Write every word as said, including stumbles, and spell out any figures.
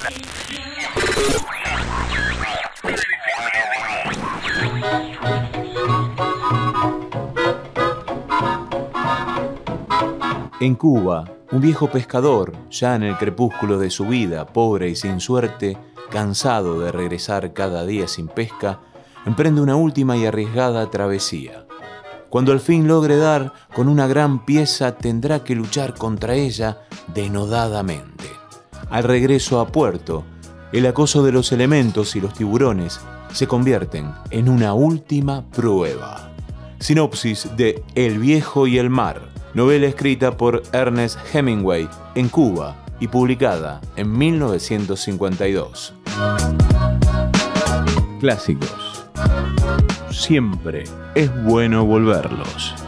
En Cuba, un viejo pescador, ya en el crepúsculo de su vida, pobre y sin suerte, cansado de regresar cada día sin pesca, emprende una última y arriesgada travesía. Cuando al fin logre dar con una gran pieza, tendrá que luchar contra ella denodadamente. Al regreso a puerto, el acoso de los elementos y los tiburones se convierten en una última prueba. Sinopsis de El viejo y el mar, novela escrita por Ernest Hemingway en Cuba y publicada en mil novecientos cincuenta y dos. Clásicos. Siempre es bueno volverlos.